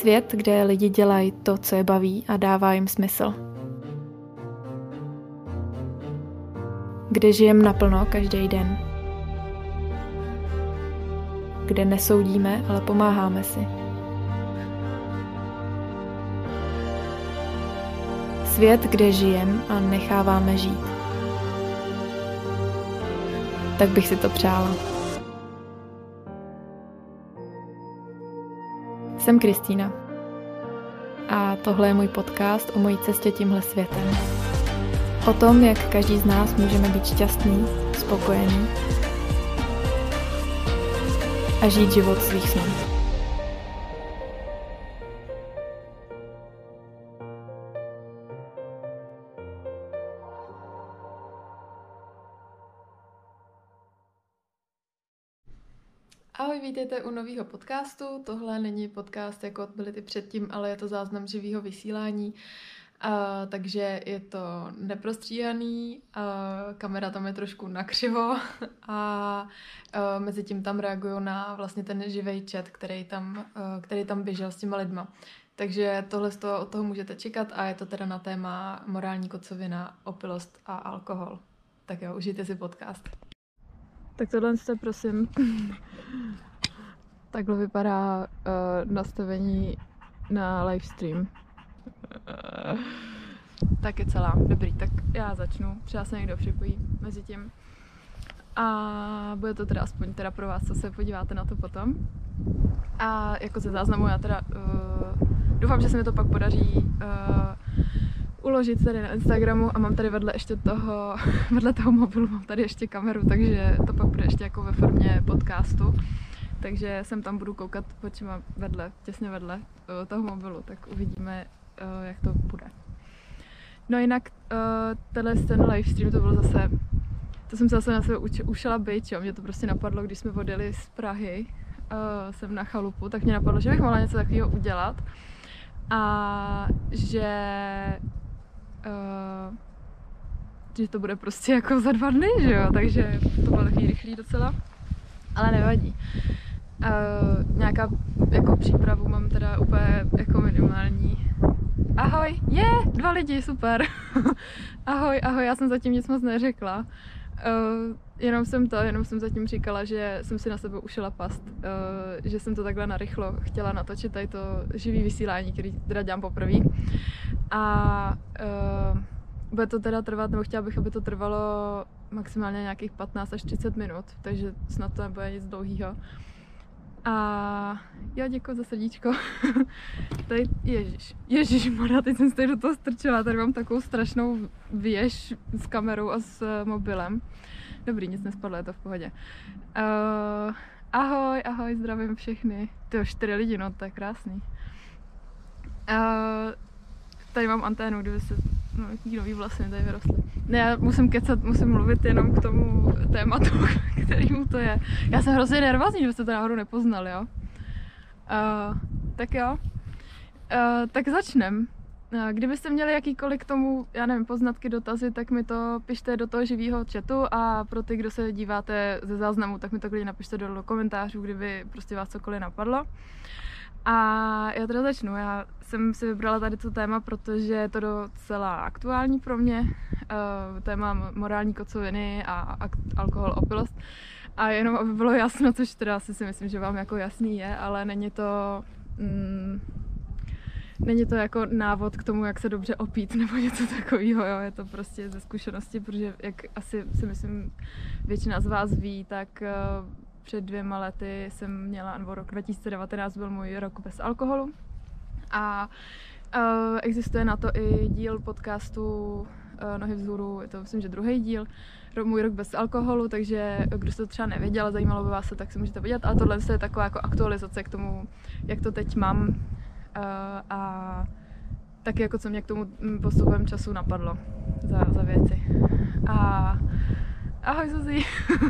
Svět, kde lidi dělají to, co je baví a dává jim smysl. Kde žijem naplno každý den. Kde nesoudíme, ale pomáháme si. Svět, kde žijem a necháváme žít. Tak bych si to přála. Jsem Kristýna a tohle je můj podcast o mojí cestě tímhle světem. O tom, jak každý z nás můžeme být šťastný, spokojený a žít život svých snů. Ahoj, vítejte u nového podcastu. Tohle není podcast, jako byly ty předtím, ale je to záznam živého vysílání. Takže je to neprostříhaný, kamera tam je trošku nakřivo a mezi tím tam reaguju na vlastně ten živý chat, který tam běžel s těma lidma. Takže tohle od toho můžete čekat a je to teda na téma morální kocovina, opilost a alkohol. Tak jo, užijte si podcast. Tak tohle jste, prosím. Takhle vypadá nastavení na livestream. Tak je celá. Dobrý, tak já začnu. Třeba se někdo připojí mezi tím. A bude to teda aspoň teda pro vás, co se podíváte na to potom. A jako ze záznamu já teda doufám, že se mi to pak podaří uložit tady na Instagramu a mám tady vedle toho mobilu mám tady ještě kameru, takže to pak bude ještě jako ve formě podcastu. Takže sem tam budu koukat očima těsně vedle toho mobilu, tak uvidíme, jak to bude. No jinak ten livestream to byl to jsem se zase na sebe ušela být, jo. Mě to prostě napadlo, když jsme odjeli z Prahy sem na chalupu, tak mě napadlo, že bych mohla něco takového udělat a že to bude prostě jako za 2 dny, že jo, takže to bylo takový rychlý docela, ale nevadí. Nějaká jako přípravu mám teda úplně jako minimální. Ahoj, 2 lidi, super. ahoj, já jsem zatím nic moc neřekla. Jenom jsem zatím říkala, že jsem si na sebe ušila past, že jsem to takhle narychlo chtěla natočit tady to živý vysílání, který teda dělám poprvé. A bude to teda trvat, nebo chtěla bych, aby to trvalo maximálně nějakých 15 až 30 minut, takže snad to nebude nic dlouhýho. A jo, děkuji za srdíčko. Tady, ježišmarja, teď jsem se tady do toho strčila, tady mám takovou strašnou věž s kamerou a s mobilem. Dobrý, nic nespadlo, je to v pohodě. Ahoj, zdravím všechny. Tyjo, 4 lidi, no to je krásný. Tady mám anténu, kdyby se jaký nový vlasy tady vyrostly. Ne, já musím kecat, musím mluvit jenom k tomu tématu, kterýmu to je. Já jsem hrozně nervózní, že byste to náhodou nepoznali, jo? Tak jo. Tak začnem. Kdybyste měli jakýkoliv k tomu, já nevím, poznatky, dotazy, tak mi to pište do toho živého chatu a pro ty, kdo se díváte ze záznamu, tak mi to klidně napište do komentářů, kdyby prostě vás cokoliv napadlo. A já teda začnu. Já jsem si vybrala tady to téma, protože je to docela aktuální pro mě. Téma morální kocoviny a alkohol, opilost. A jenom aby bylo jasno, což teda si myslím, že vám jako jasný je, ale není to jako návod k tomu, jak se dobře opít nebo něco takového, jo. Je to prostě ze zkušenosti, protože jak asi si myslím většina z vás ví, tak před 2 lety jsem měla, nebo rok 2019 byl můj rok bez alkoholu a existuje na to i díl podcastu Nohy vzhůru, je to myslím, že 2. díl, můj rok bez alkoholu, takže kdo se to třeba nevěděl, zajímalo by vás se, tak si můžete podívat, ale tohle je taková jako aktualizace k tomu, jak to teď mám a taky jako co mě k tomu postupem času napadlo za věci. A ahoj Zuzi.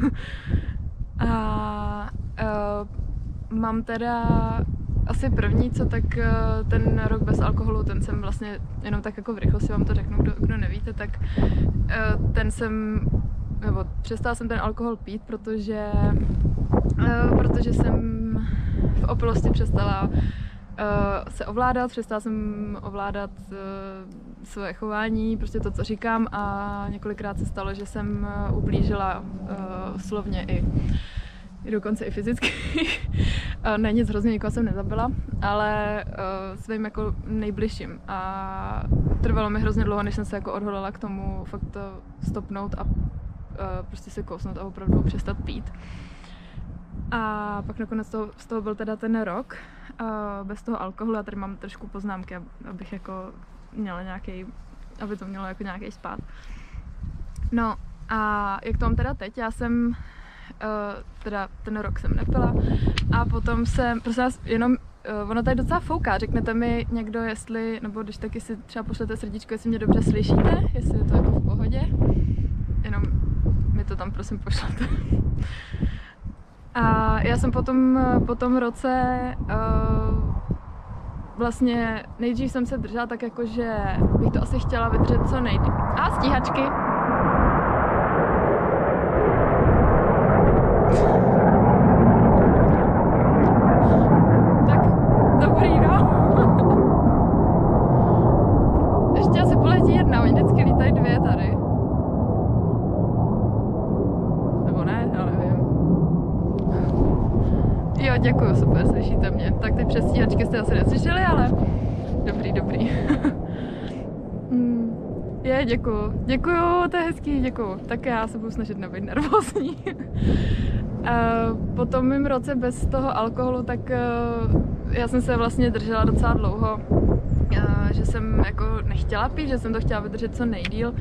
A mám teda asi první, co tak ten rok bez alkoholu, ten jsem vlastně jsem tak jako v rychlosti vám to řeknu, kdo nevíte, tak přestala jsem ten alkohol pít, protože jsem v opilosti přestala se ovládat, přestala jsem ovládat své chování, prostě to, co říkám, a několikrát se stalo, že jsem ublížila slovně i dokonce i fyzicky. Ne, nic hrozně, nikoho jsem nezabila, ale svým jako nejbližším. A trvalo mi hrozně dlouho, než jsem se jako odhodlala k tomu fakt to stopnout a prostě se kousnout a opravdu přestat pít. A pak nakonec z toho byl teda ten rok bez toho alkoholu. Já tady mám trošku poznámky, abych jako měla nějaký, aby to mělo jako nějaký spád. No a jak to mám teda teď, já jsem teda ten rok jsem nepila a potom jsem, prostě jenom, ono tady docela fouká, řeknete mi někdo, jestli, nebo když taky si třeba pošlete srdíčko, jestli mě dobře slyšíte, jestli je to jako v pohodě, jenom mi to tam prosím pošlete. A já jsem po tom roce vlastně nejdřív jsem se držela tak jako, že bych to asi chtěla vydržet co nejdřív. A stíhačky! Tak, dobrý, no. Ještě asi poletí jedna, oni vždycky lítají dvě tady. Nebo ne, já nevím. Jo, děkuju, super, slyšíte mě. Tak ty přestíhačky jste asi neslyšeli, ale dobrý. Děkuju, to je hezký, děkuju. Tak já se budu snažit nebýt nervózní. Po tom mým roce bez toho alkoholu, tak já jsem se vlastně držela docela dlouho, že jsem jako nechtěla pít, že jsem to chtěla vydržet co nejdýl.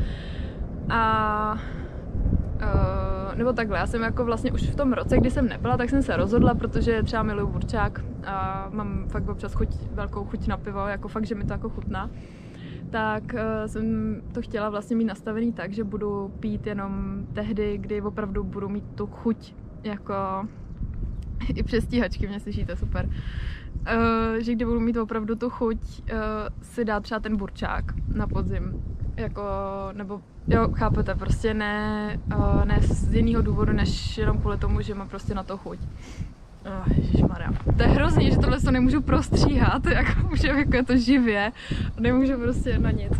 Nebo takhle, já jsem jako vlastně už v tom roce, kdy jsem nepila, tak jsem se rozhodla, protože třeba miluju burčák a mám fakt občas velkou chuť na pivo, jako fakt, že mi to jako chutná. Tak jsem to chtěla vlastně mít nastavený tak, že budu pít jenom tehdy, kdy opravdu budu mít tu chuť, jako i přes stíhačky, mě slyšíte, super. Že kdy budu mít opravdu tu chuť si dát třeba ten burčák na podzim, jako, nebo jo, chápete, prostě ne z jiného důvodu, než jenom kvůli tomu, že mám prostě na to chuť. Ježišmarja. To je hrozný, že tohle to nemůžu prostříhat, jako je to živě, nemůžu prostě na nic.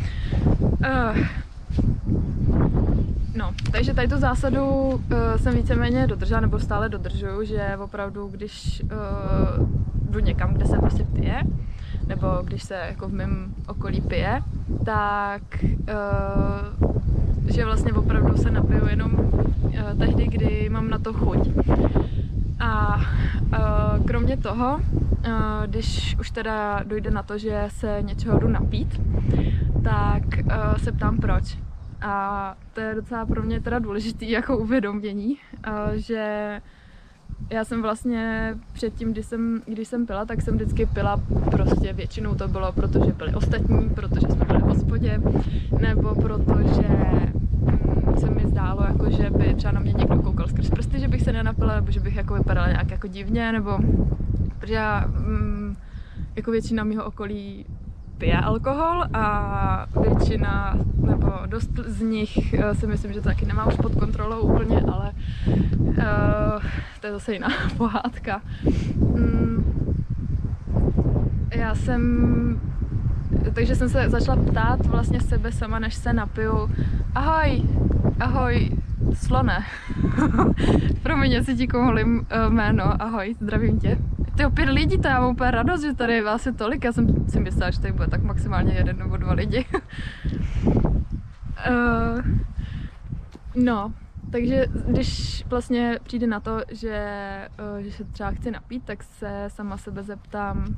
No, takže tady tu zásadu jsem víceméně dodržela, nebo stále dodržuju, že opravdu, když jdu někam, kde se prostě pije, nebo když se jako v mém okolí pije, tak že vlastně opravdu se napiju jenom tehdy, kdy mám na to chuť. A kromě toho, když už teda dojde na to, že se něčeho jdu napít, tak se ptám proč. A to je docela pro mě teda důležitý jako uvědomění, že já jsem vlastně předtím, když jsem pila, tak jsem vždycky pila prostě většinou to bylo, protože byli ostatní, protože jsme byli v hospodě, nebo protože se mi zdálo, jako, že by třeba na mě někdo koukal skrz prsty, že bych se nenapila, nebo že bych jako vypadala nějak jako divně, nebo protože já jako většina mého okolí pije alkohol a většina, nebo dost z nich si myslím, že to taky nemám už pod kontrolou úplně, ale to je zase jiná pohádka. Takže jsem se začala ptát vlastně sebe sama, než se napiju. Ahoj, slone. Promiň, jestli ti komolím jméno, ahoj, zdravím tě. Ty 5 lidí, to já mám úplně radost, že tady je vás je tolik, já jsem si myslela, že tady bude tak maximálně 1 nebo 2 lidi. No, takže když vlastně přijde na to, že se třeba chci napít, tak se sama sebe zeptám,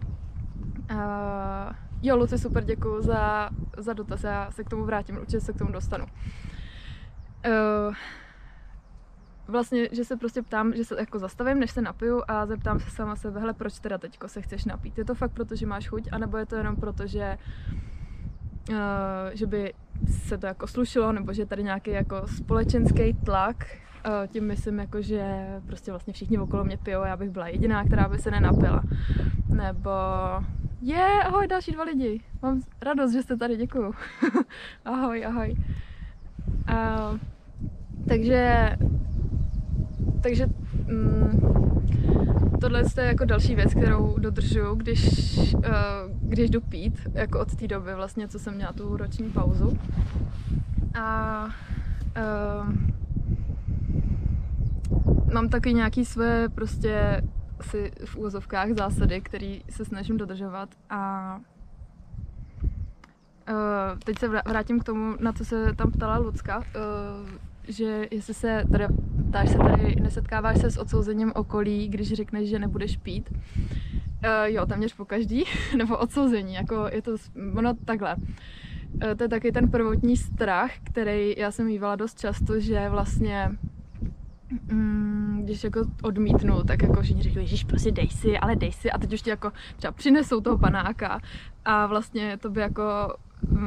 jo, Luci, super, děkuju za dotaz, já se k tomu vrátím, určitě se k tomu dostanu. Vlastně, že se prostě ptám, že se jako zastavím, než se napiju a zeptám se sama sebe, hele, proč teda teďko se chceš napít? Je to fakt proto, že máš chuť, anebo je to jenom proto, že by se to jako slušilo, nebo že je tady nějaký jako společenský tlak. Tím myslím, jako, že prostě vlastně všichni okolo mě pijou a já bych byla jediná, která by se nenapila. Nebo ahoj, další 2 lidi. Mám radost, že jste tady, děkuju. ahoj. Takže tohle je jako další věc, kterou dodržuju, když jdu pít, jako od té doby vlastně, co jsem měla tu roční pauzu. A mám taky nějaký své prostě asi v úvozovkách zásady, které se snažím dodržovat a teď se vrátím k tomu, na co se tam ptala Lucka, že jestli se tady nesetkáváš se s odsouzením okolí, když řekneš, že nebudeš pít. Jo, téměř pokaždý, nebo odsouzení, jako je to, ono takhle. To je taky ten prvotní strach, který já jsem mývala dost často, že vlastně když jako odmítnu, tak jako všichni řekli, ježiš, prostě dej si, a teď už ti jako třeba přinesou toho panáka a vlastně to by jako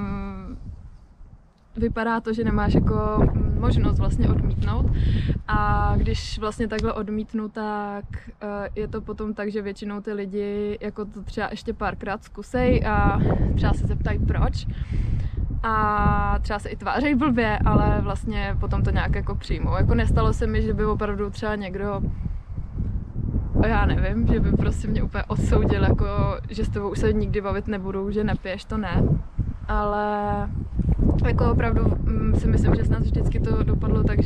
vypadá to, že nemáš jako možnost vlastně odmítnout a když vlastně takhle odmítnu, tak je to potom tak, že většinou ty lidi jako to třeba ještě párkrát zkusej a třeba se zeptají proč a třeba se i tváří blbě, ale vlastně potom to nějak jako přijmou. Jako nestalo se mi, že by opravdu třeba někdo, já nevím, že by prostě mě úplně odsoudil, jako že s tebou už se nikdy bavit nebudu, že nepiješ, to ne, ale jako opravdu si myslím, že snad vždycky to dopadlo tak,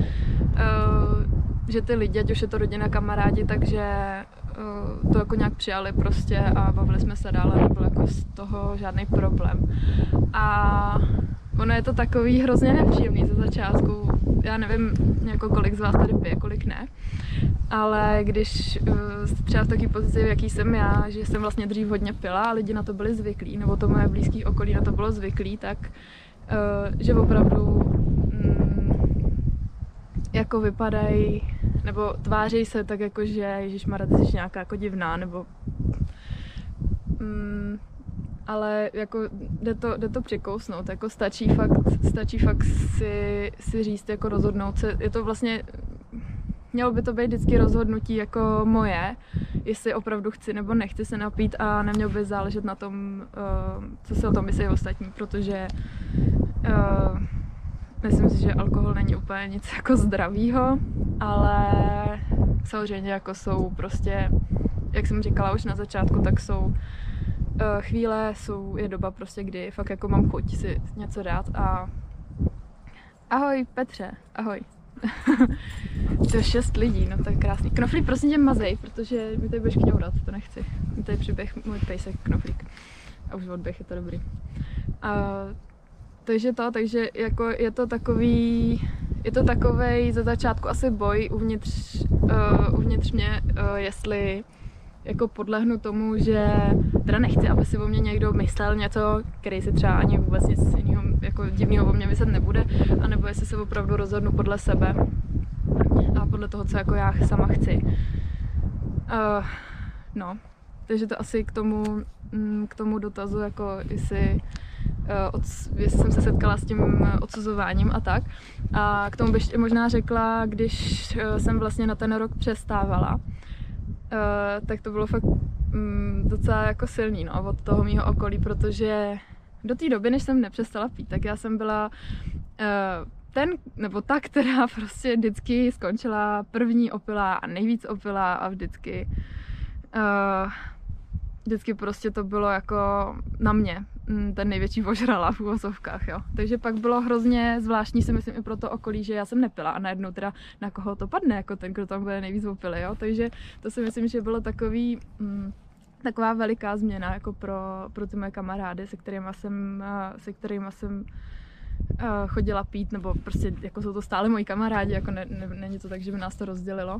že ty lidi, ať už je to rodina, kamarádi, takže to jako nějak přijali prostě a bavili jsme se dál a nebyl jako z toho žádný problém. A ono je to takový hrozně nepříjemný ze začátku. Já nevím, jako kolik z vás tady pije, kolik ne. Ale když třeba v takové pozici, v jaký jsem já, že jsem vlastně dřív hodně pila a lidi na to byli zvyklí, nebo to moje blízké okolí na to bylo zvyklý, tak že opravdu jako vypadají, nebo tváří se tak jako, že ježišmarja, ty jsi nějaká jako divná, nebo ale jako jde to přikousnout, jako stačí fakt si říct, jako rozhodnout se, je to vlastně, mělo by to být vždycky rozhodnutí jako moje, jestli opravdu chci nebo nechci se napít a nemělo by záležet na tom, co se o tom myslí ostatní, protože myslím si, že alkohol není úplně nic jako zdravýho, ale samozřejmě jako jsou prostě, jak jsem říkala už na začátku, tak jsou chvíle, je doba prostě, kdy fakt jako mám chuť si něco dát a ahoj Petře, ahoj. To je 6 lidí, no to je krásný. Knoflík, prosím tě mazej, protože mi tady budeš kňourat, to nechci. Mi tady přiběh můj pejsek Knoflík. A už odběh, je to dobrý. Takže jako je to takovej ze začátku asi boj uvnitř mě, jestli jako podlehnu tomu, že teda nechci, aby si o mě někdo myslel něco, který si třeba ani vůbec nic jiného jako divného o mě myslet nebude, anebo jestli se opravdu rozhodnu podle sebe a podle toho, co jako já sama chci. No, takže to asi k tomu dotazu, jako jestli jsem se setkala s tím odsuzováním a tak. A k tomu bych možná řekla, když jsem vlastně na ten rok přestávala, tak to bylo fakt docela jako silný, no, od toho mýho okolí, protože do té doby, než jsem nepřestala pít, tak já jsem byla ta, která prostě vždycky skončila první opilá a nejvíc opilá a vždycky prostě to bylo jako na mě, ten největší ožrala v uvozovkách, jo. Takže pak bylo hrozně zvláštní, si myslím, i pro to okolí, že já jsem nepila a najednou teda na koho to padne, jako ten, kdo tam bude nejvíc opilý, jo. Takže to si myslím, že bylo taková veliká změna jako pro ty moje kamarády, se kterýma jsem chodila pít, nebo prostě jako jsou to stále moji kamarádi, jako není to tak, že by nás to rozdělilo.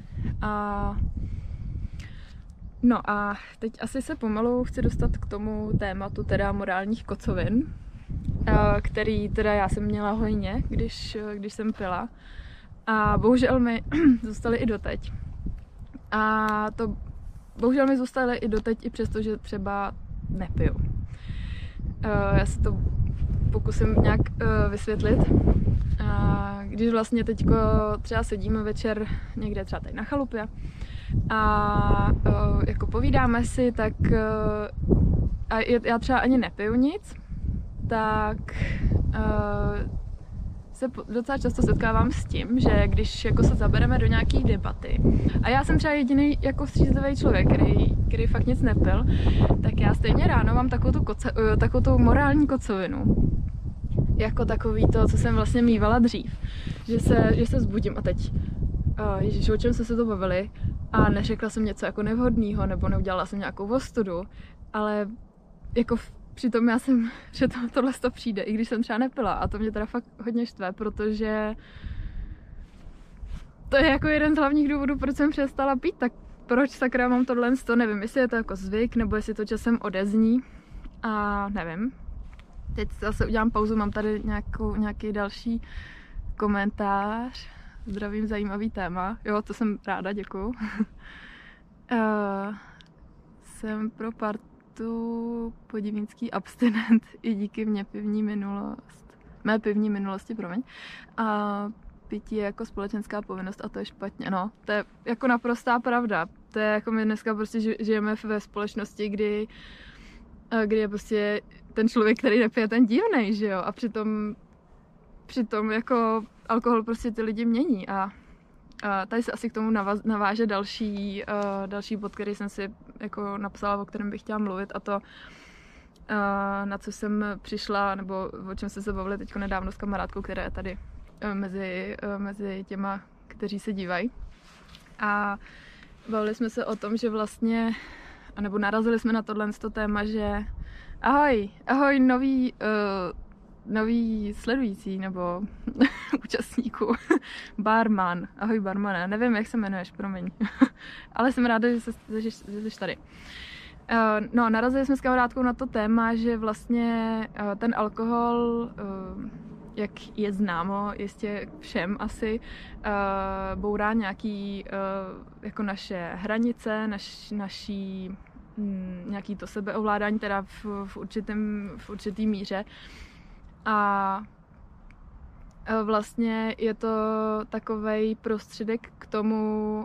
No a teď asi se pomalu chci dostat k tomu tématu teda morálních kocovin, který teda já jsem měla hojně, když jsem pila. A bohužel mi zůstaly i doteď. A to bohužel mi zůstaly i doteď, i přesto, že třeba nepiju. Já se to pokusím nějak vysvětlit. Když vlastně teďko třeba sedíme večer někde třeba tady na chalupě a jako povídáme si, tak a já třeba ani nepiju nic, tak se docela často setkávám s tím, že když jako se zabereme do nějaký debaty a já jsem třeba jediný jako střízlivý člověk, který fakt nic nepil, tak já stejně ráno mám takovou tu morální kocovinu. Jako takový to, co jsem vlastně mývala dřív. Že se zbudím a teď, ježiš, o čem jsme se to bavili a neřekla jsem něco jako nevhodného nebo neudělala jsem nějakou ostudu, ale jako přitom já jsem, že tohle to přijde, i když jsem třeba nepila a to mě teda fakt hodně štve, protože to je jako jeden z hlavních důvodů, proč jsem přestala pít, tak proč sakra mám tohle, to nevím, jestli je to jako zvyk, nebo jestli to časem odezní a nevím. Teď zase udělám pauzu, mám tady nějaký další komentář. Zdravím, zajímavý téma. Jo, to jsem ráda, děkuju. Jsem pro partu podivínský abstinent i díky mé pivní minulosti, promiň. A pití je jako společenská povinnost a to je špatně. No, to je jako naprostá pravda. To je jako my dneska prostě žijeme ve společnosti, kdy je prostě ten člověk, který nepije, ten divnej, že jo? A přitom jako alkohol prostě ty lidi mění a tady se asi k tomu naváže další bod, který jsem si jako napsala, o kterém bych chtěla mluvit a to, na co jsem přišla, nebo o čem jsme se bavili teď nedávno s kamarádkou, která je tady mezi těma, kteří se dívají. A bavili jsme se o tom, že vlastně, nebo narazili jsme na tohle téma, že ahoj nový sledující nebo účastníků, barman, ahoj barmane, nevím, jak se jmenuješ, promiň, ale jsem ráda, že jsi tady. No, narazili jsme s kamarádkou na to téma, že vlastně ten alkohol, jak je známo jistě všem asi, bourá nějaký jako naše hranice, naší nějaký to sebeovládání teda v určitý míře. A vlastně je to takovej prostředek k tomu,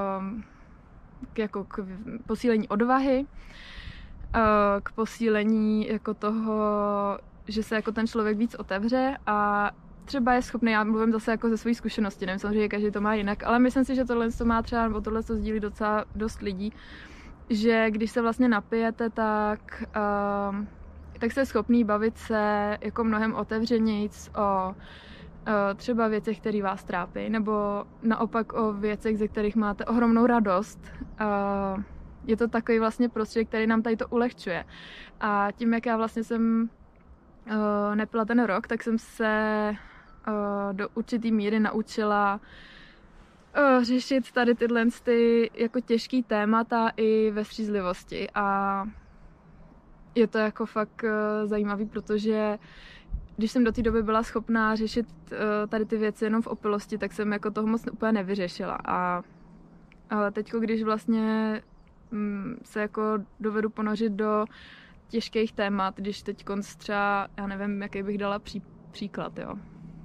jako k posílení odvahy, k posílení jako toho, že se jako ten člověk víc otevře a třeba je schopný, já mluvím zase jako ze své zkušenosti, nevím, samozřejmě každý to má jinak, ale myslím si, že tohle to má třeba, nebo tohle to sdílí docela dost lidí, že když se vlastně napijete, tak jste schopný bavit se jako mnohem otevřenějc o třeba věcech, které vás trápí, nebo naopak o věcech, ze kterých máte ohromnou radost. Je to takový vlastně prostředí, který nám tady to ulehčuje. A tím, jak já vlastně jsem nepila ten rok, tak jsem se do určitý míry naučila řešit tady tyhle jako těžký témata i ve střízlivosti. A je to jako fakt zajímavý, protože když jsem do té doby byla schopná řešit tady ty věci jenom v opilosti, tak jsem jako toho moc úplně nevyřešila. A teďko, když vlastně se jako dovedu ponořit do těžkých témat, když teď třeba, já nevím, jaký bych dala příklad, jo.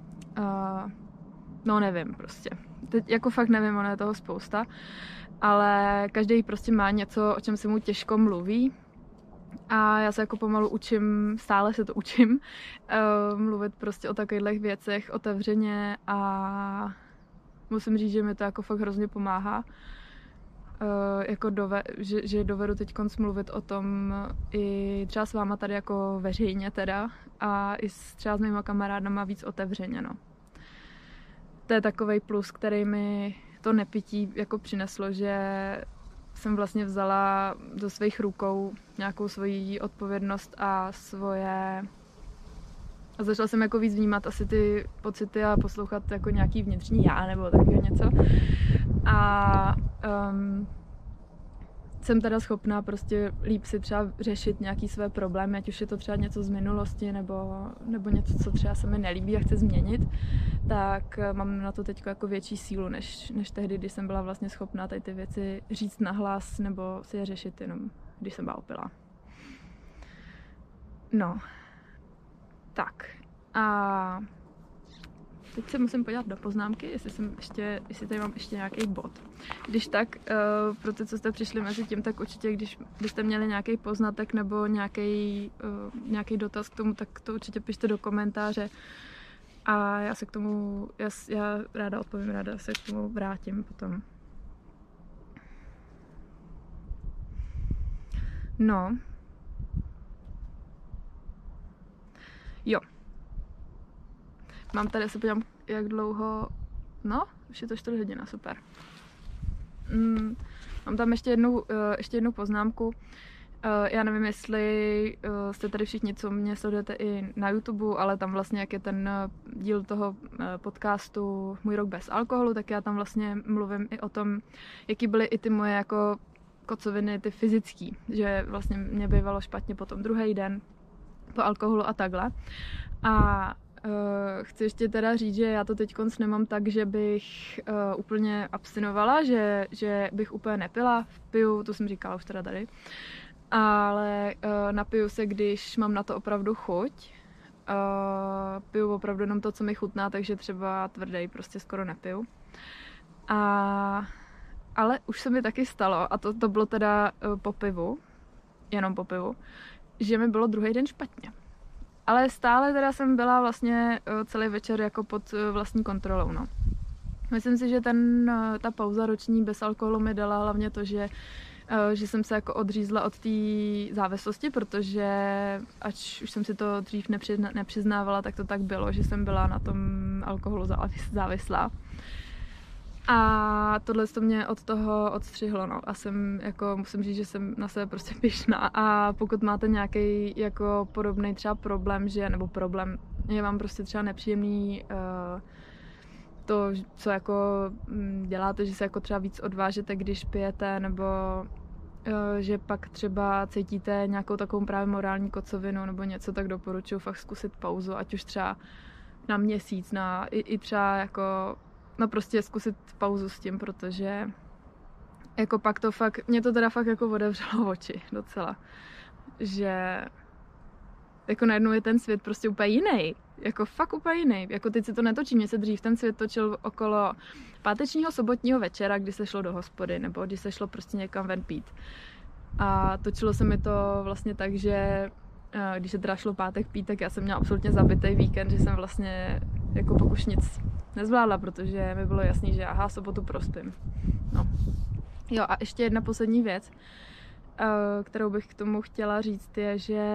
No nevím prostě. Teď jako fakt nevím, ono je toho spousta, ale každý prostě má něco, o čem se mu těžko mluví. A já se jako pomalu učím, stále se to učím, mluvit prostě o takových věcech otevřeně a musím říct, že mi to jako fakt hrozně pomáhá. Jako že dovedu teď mluvit o tom i třeba s váma tady jako veřejně teda a i třeba s mýma kamarádama víc otevřeně, no. To je takovej plus, který mi to nepití jako přineslo, že jsem vlastně vzala do svých rukou nějakou svoji odpovědnost a začala jsem jako víc vnímat asi ty pocity a poslouchat jako nějaký vnitřní já nebo takového něco. A jsem teda schopná prostě líp si třeba řešit nějaký své problémy, ať už je to třeba něco z minulosti nebo něco, co třeba se mi nelíbí a chci změnit, tak mám na to teď jako větší sílu, než tehdy, když jsem byla vlastně schopná tady ty věci říct nahlas nebo si je řešit jenom, když jsem byla opilá. No, tak a teď se musím podívat do poznámky, jestli tady mám ještě nějaký bod. Když tak, pro ty, co jste přišli mezi tím, tak určitě, když byste měli nějaký poznatek nebo nějaký dotaz k tomu, tak to určitě pište do komentáře. A já se k tomu, já ráda odpovím, ráda se k tomu vrátím potom. No. Jo. Mám tady, se podívám, jak dlouho, no, už je to 4 hodina, super. Mám tam ještě jednu poznámku. Já nevím, jestli jste tady všichni, co mě sledujete i na YouTube, ale tam vlastně, jak je ten díl toho podcastu Můj rok bez alkoholu, tak já tam vlastně mluvím i o tom, jaký byly i ty moje jako kocoviny, ty fyzický, že vlastně mě bývalo špatně potom druhý den po alkoholu a takhle. A chci ještě teda říct, že já to teď nemám tak, že bych úplně abstinovala, že bych úplně nepila, piju, to jsem říkala už teda tady, ale napiju se, když mám na to opravdu chuť. Piju opravdu jenom to, co mi chutná, takže třeba tvrdý prostě skoro nepiju. Ale už se mi taky stalo, a to bylo teda po pivu, jenom po pivu, že mi bylo druhý den špatně. Ale stále teda jsem byla vlastně celý večer jako pod vlastní kontrolou, no. Myslím si, že ta pauza roční bez alkoholu mi dala hlavně to, že jsem se jako odřízla od té závislosti, protože ač už jsem si to dřív nepřiznávala, tak to tak bylo, že jsem byla na tom alkoholu závislá. A tohle to mě od toho odstřihlo, no. A musím říct, že jsem na sebe prostě pyšná. A pokud máte nějaký jako podobný třeba problém, je vám prostě třeba nepříjemný to, co jako děláte, že se jako třeba víc odvážete, když pijete, nebo že pak třeba cítíte nějakou takovou právě morální kocovinu nebo něco, tak doporučuji fakt zkusit pauzu, ať už třeba na měsíc, i třeba jako no prostě zkusit pauzu s tím, protože jako pak mě to teda fakt jako otevřelo oči docela, že jako najednou je ten svět prostě úplně jiný, jako fakt úplně jiný, jako teď se to netočí, mně se dřív ten svět točil okolo pátečního, sobotního večera, kdy se šlo do hospody, nebo kdy se šlo prostě někam ven pít. A točilo se mi to vlastně tak, že když se teda šlo pátek pít, tak já jsem měla absolutně zabitý víkend, že jsem vlastně jako pak už nic nezvládla, protože mi bylo jasný, že sobotu prospím. No. Jo, a ještě jedna poslední věc, kterou bych k tomu chtěla říct, je, že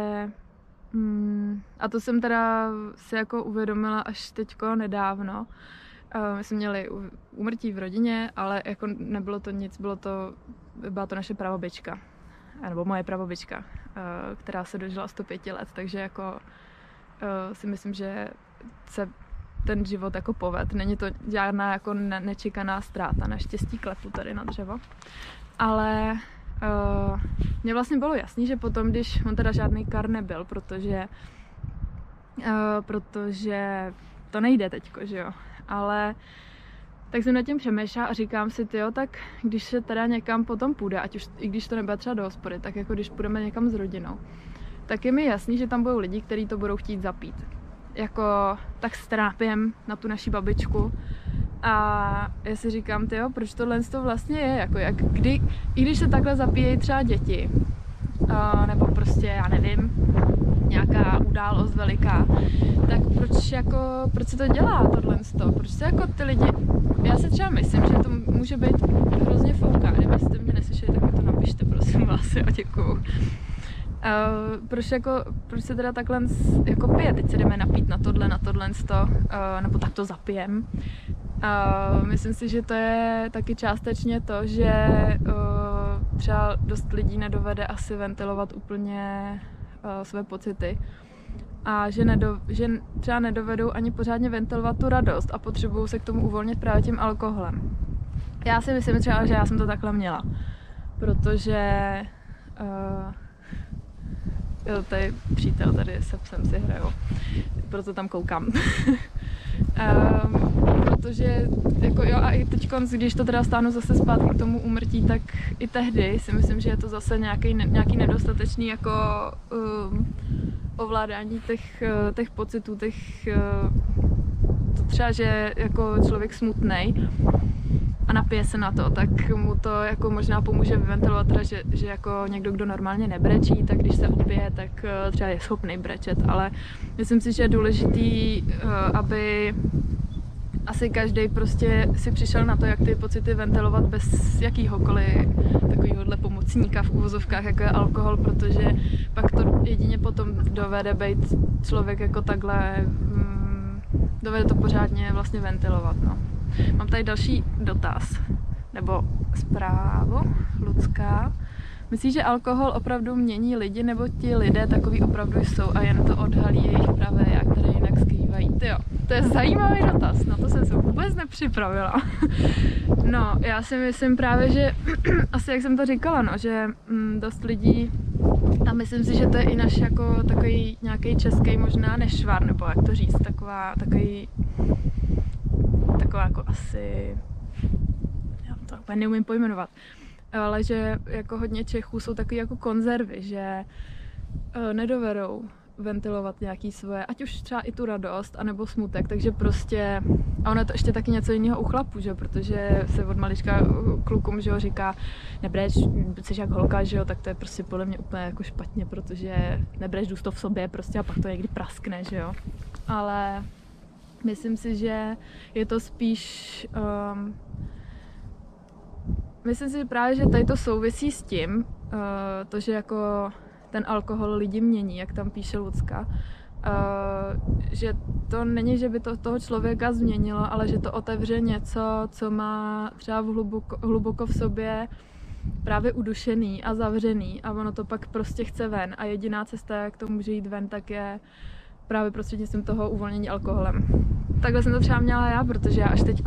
a to jsem teda si jako uvědomila až teďko nedávno. My jsme měli úmrtí v rodině, ale jako nebylo to nic, byla to naše prababička, nebo moje prababička, která se dožila 105 let, takže jako si myslím, že se ten život jako poved. Není to žádná jako nečekaná ztráta, naštěstí klepu tady na dřevo. Ale mně vlastně bylo jasný, že potom, když on teda žádný kar nebyl, protože to nejde teďko, že jo. Ale tak jsem nad tím přemýšlela a říkám si, tyjo, tak když se teda někam potom půjde, ať už i když to nebude třeba do hospody, tak jako když půjdeme někam s rodinou, tak je mi jasný, že tam budou lidi, kteří to budou chtít zapít. Jako tak strápím na tu naši babičku. A já si říkám, tyjo, proč tohle to vlastně je, jako i když se takhle zapíjejí třeba děti, nebo prostě, já nevím, nějaká událost veliká, tak proč se to dělá tohle? Proč se jako ty lidi, já si třeba myslím, že to může být hrozně fouká, kdybyste mě neslyšeli, tak mi to napište, prosím vás, jo, děkuju. Proč se teda takhle jako pije? Teď se jdeme napít na tohle, nebo tak to zapijem. Myslím si, že to je taky částečně to, že třeba dost lidí nedovede asi ventilovat úplně své pocity a že třeba nedovedou ani pořádně ventilovat tu radost a potřebují se k tomu uvolnit právě tím alkoholem. Já si myslím třeba, že já jsem to takhle měla, protože tady přítel tady se psem si hraju, proto tam koukám. Protože jako jo, a i teď, když to teda stáhnu zase zpátky k tomu úmrtí, tak i tehdy si myslím, že je to zase nějaký nedostatečný jako ovládání těch pocitů, to třeba, že jako člověk smutnej a napije se na to, tak mu to jako možná pomůže vyventilovat teda, že jako někdo, kdo normálně nebrečí, tak když se opije, tak třeba je schopný brečet, ale myslím si, že je důležitý, aby asi každý prostě si přišel na to, jak ty pocity ventilovat bez jakýhokoliv takovýhodle pomocníka v uvozovkách, jako je alkohol, protože pak to jedině potom dovede být člověk jako takhle, dovede to pořádně vlastně ventilovat, no. Mám tady další dotaz, nebo zprávu, Lucka. Myslíš, že alkohol opravdu mění lidi, nebo ti lidé takový opravdu jsou a jen to odhalí jejich pravé já, které jinak skrývají? Tyjo, to je zajímavý dotaz, na to jsem se vůbec nepřipravila. No, já si myslím právě, že asi jak jsem to říkala, no, že dost lidí, a myslím si, že to je i náš jako takový nějaký český možná nešvar, nebo jak to říct, taková jako asi, já to úplně neumím pojmenovat, ale že jako hodně Čechů jsou takový jako konzervy, že nedovedou ventilovat nějaký svoje, ať už třeba i tu radost, anebo smutek, takže prostě, a ono je to ještě taky něco jiného u chlapů, že, protože se od malička klukům, že jo, říká, nebreč, jsi jak holka, že jo, tak to je prostě podle mě úplně jako špatně, protože nebreč, důs to v sobě prostě a pak to někdy praskne, že jo, ale myslím si, že je to spíš, myslím si právě, že tady to souvisí s tím, to, že jako ten alkohol lidi mění, jak tam píše Lucka, že to není, že by to toho člověka změnilo, ale že to otevře něco, co má třeba hluboko v sobě právě udušený a zavřený a ono to pak prostě chce ven a jediná cesta, jak to může jít ven, tak je právě prostřednictvím toho uvolnění alkoholem. Takhle jsem to třeba měla já, protože já až teď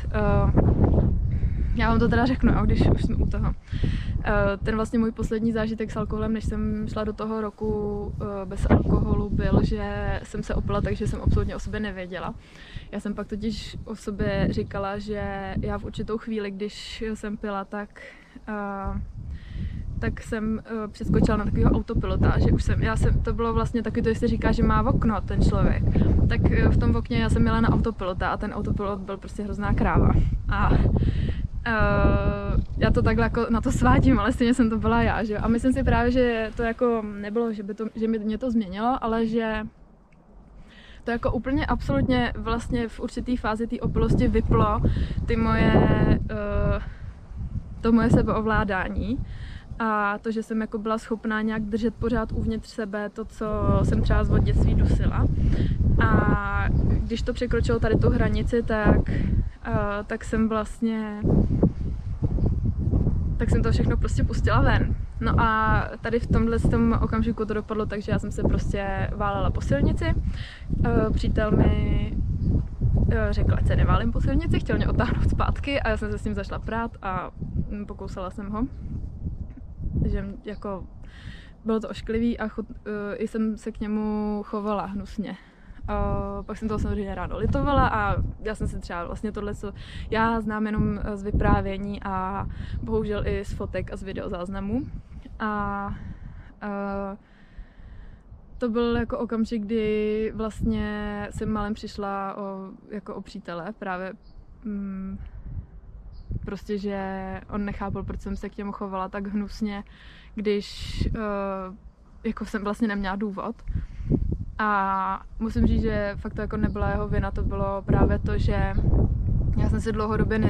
já vám to teda řeknu, když už jsme u toho. Ten vlastně můj poslední zážitek s alkoholem, než jsem šla do toho roku bez alkoholu, byl, že jsem se opila, takže jsem absolutně o sobě nevěděla. Já jsem pak totiž o sobě říkala, že já v určitou chvíli, když jsem pila, tak jsem přeskočila na takového autopilota, že už to bylo vlastně taky to, jestli říká, že má v okno ten člověk, tak v tom okně já jsem jela na autopilota a ten autopilot byl prostě hrozná kráva. A já to takhle jako na to svádím, ale stejně jsem to byla já, že jo. A myslím si právě, že to jako nebylo, že mě to změnilo, ale že to jako úplně absolutně vlastně v určitý fázi té opilosti vyplo to moje sebeovládání a to, že jsem jako byla schopná nějak držet pořád uvnitř sebe to, co jsem třeba od dětství dusila. A když to překročilo tady tu hranici, tak jsem to všechno prostě pustila ven. No a tady v tom okamžiku to dopadlo tak, že já jsem se prostě válela po silnici. Přítel mi řekl, ať se neválím po silnici, chtěl mě otáhnout zpátky a já jsem se s ním zašla prát a pokousala jsem ho. Že jako bylo to ošklivý a i jsem se k němu chovala hnusně. Pak jsem toho samozřejmě ráno litovala a já jsem se třeba vlastně tohle, co já znám jenom z vyprávění a bohužel i z fotek a z videozáznamů. A to byl jako okamžik, kdy vlastně jsem málem přišla o přítele, právě prostě, že on nechápal, proč jsem se k němu chovala tak hnusně, když jako jsem vlastně neměla důvod. A musím říct, že fakt to jako nebyla jeho vina, to bylo právě to, že já jsem si dlouhodobě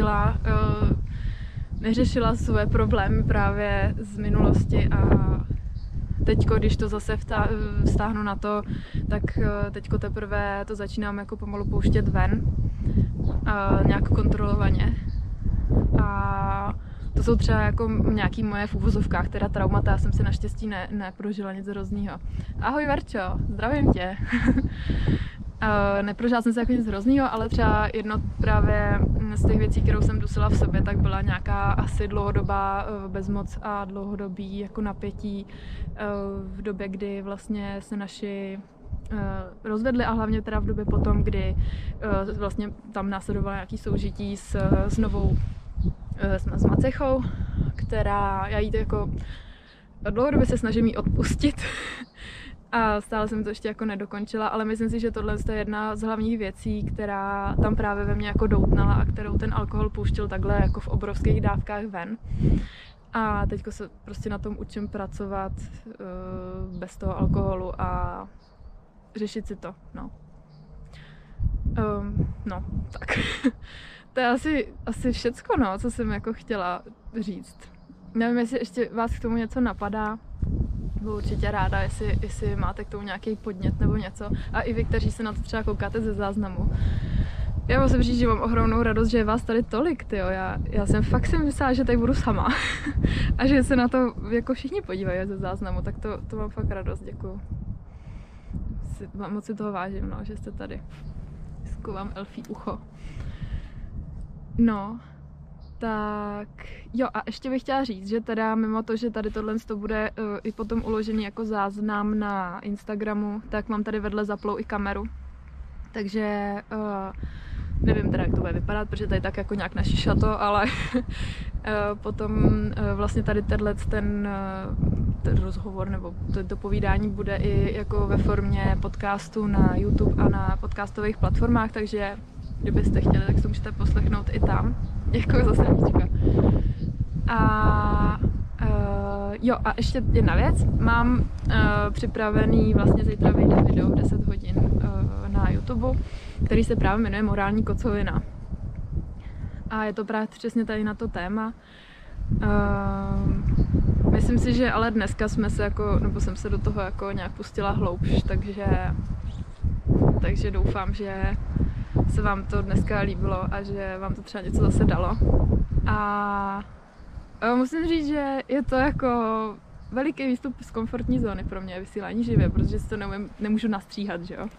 neřešila své problémy právě z minulosti a teďko, když to zase vztáhnu na to, tak teďko teprve to začínám jako pomalu pouštět ven, nějak kontrolovaně. A to jsou třeba jako nějaký moje v uvozovkách, teda traumata, já jsem si naštěstí neprožila nic hroznýho. Ahoj Verčo, zdravím tě. Neprožila jsem se jako nic hroznýho, ale třeba jedno právě z těch věcí, kterou jsem dusila v sobě, tak byla nějaká asi dlouhodobá bezmoc a dlouhodobý jako napětí v době, kdy vlastně se naši rozvedli a hlavně teda v době potom, kdy vlastně tam následovalo nějaký soužití s novou s macechou, která, já jí to jako dlouhodobě se snažím jí odpustit A stále jsem to ještě jako nedokončila, ale myslím si, že tohle je jedna z hlavních věcí, která tam právě ve mně jako doutnala a kterou ten alkohol pouštěl takhle jako v obrovských dávkách ven. A teďko se prostě na tom učím pracovat bez toho alkoholu a řešit si to, no. No, tak. To je asi všecko, no, co jsem jako chtěla říct. Nevím, jestli ještě vás k tomu něco napadá. Budu určitě ráda, jestli máte k tomu nějaký podnět nebo něco. A i vy, kteří se na to třeba koukáte ze záznamu. Já musím říct, že mám ohromnou radost, že je vás tady tolik, tyjo. Já jsem fakt si myslela, že tady budu sama. A že se na to jako všichni podívají ze záznamu, tak to mám fakt radost, děkuju. Moc si toho vážím, no, že jste tady. Zkouvám elfí ucho. No, tak jo, a ještě bych chtěla říct, že teda mimo to, že tady tohle to bude i potom uložený jako záznam na Instagramu, tak mám tady vedle zaplou i kameru. Takže nevím teda, jak to bude vypadat, protože tady tak jako nějak našišato, ale potom vlastně tady ten rozhovor nebo to povídání bude i jako ve formě podcastu na YouTube a na podcastových platformách, takže kdybyste chtěli, tak to můžete poslechnout i tam. Děkuji za srdíčka. A jo, a ještě jedna věc. Mám připravený, vlastně zítra vyjde video v 10 hodin na YouTube, který se právě jmenuje Morální kocovina. A je to právě přesně tady na to téma. Myslím si, že ale dneska jsme se jako, nebo jsem se do toho jako nějak pustila hloubš, takže doufám, že se vám to dneska líbilo a že vám to třeba něco zase dalo. A musím říct, že je to jako veliký výstup z komfortní zóny pro mě vysílání živě, protože si to nemůžu nastříhat, že jo.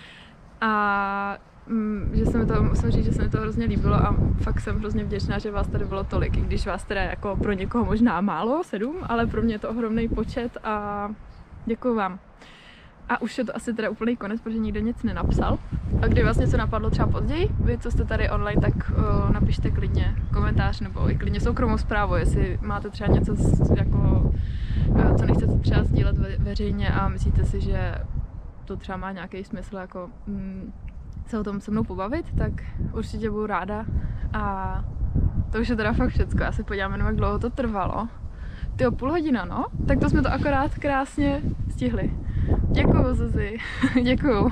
A musím říct, že se mi to hrozně líbilo a fakt jsem hrozně vděčná, že vás tady bylo tolik, i když vás teda jako pro někoho možná málo, 7, ale pro mě je to ohromný počet a děkuju vám. A už je to asi teda úplný konec, protože nikdo nic nenapsal. A kdyby vás něco napadlo třeba později, vy, co jste tady online, tak napište klidně komentář nebo i klidně soukromou zprávu, jestli máte třeba něco, jako, co nechcete třeba sdílet veřejně a myslíte si, že to třeba má nějaký smysl jako se o tom se mnou pobavit, tak určitě budu ráda. A to už je teda fakt všecko. Já se podívám jenom, jak dlouho to trvalo. Tyjo, půl hodina, no? Tak to jsme to akorát krásně stihli. Děkuju, Zuzi. Děkuju.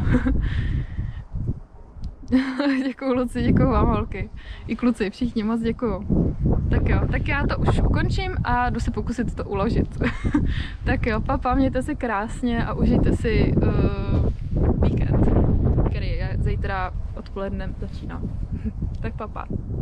Děkuju, Luci, děkuju vám, holky. I kluci, všichni moc děkuju. Tak jo, tak já to už ukončím a jdu si pokusit to uložit. Tak jo, papa, mějte se krásně a užijte si víkend, který je zítra odpoledne začíná. Tak papa.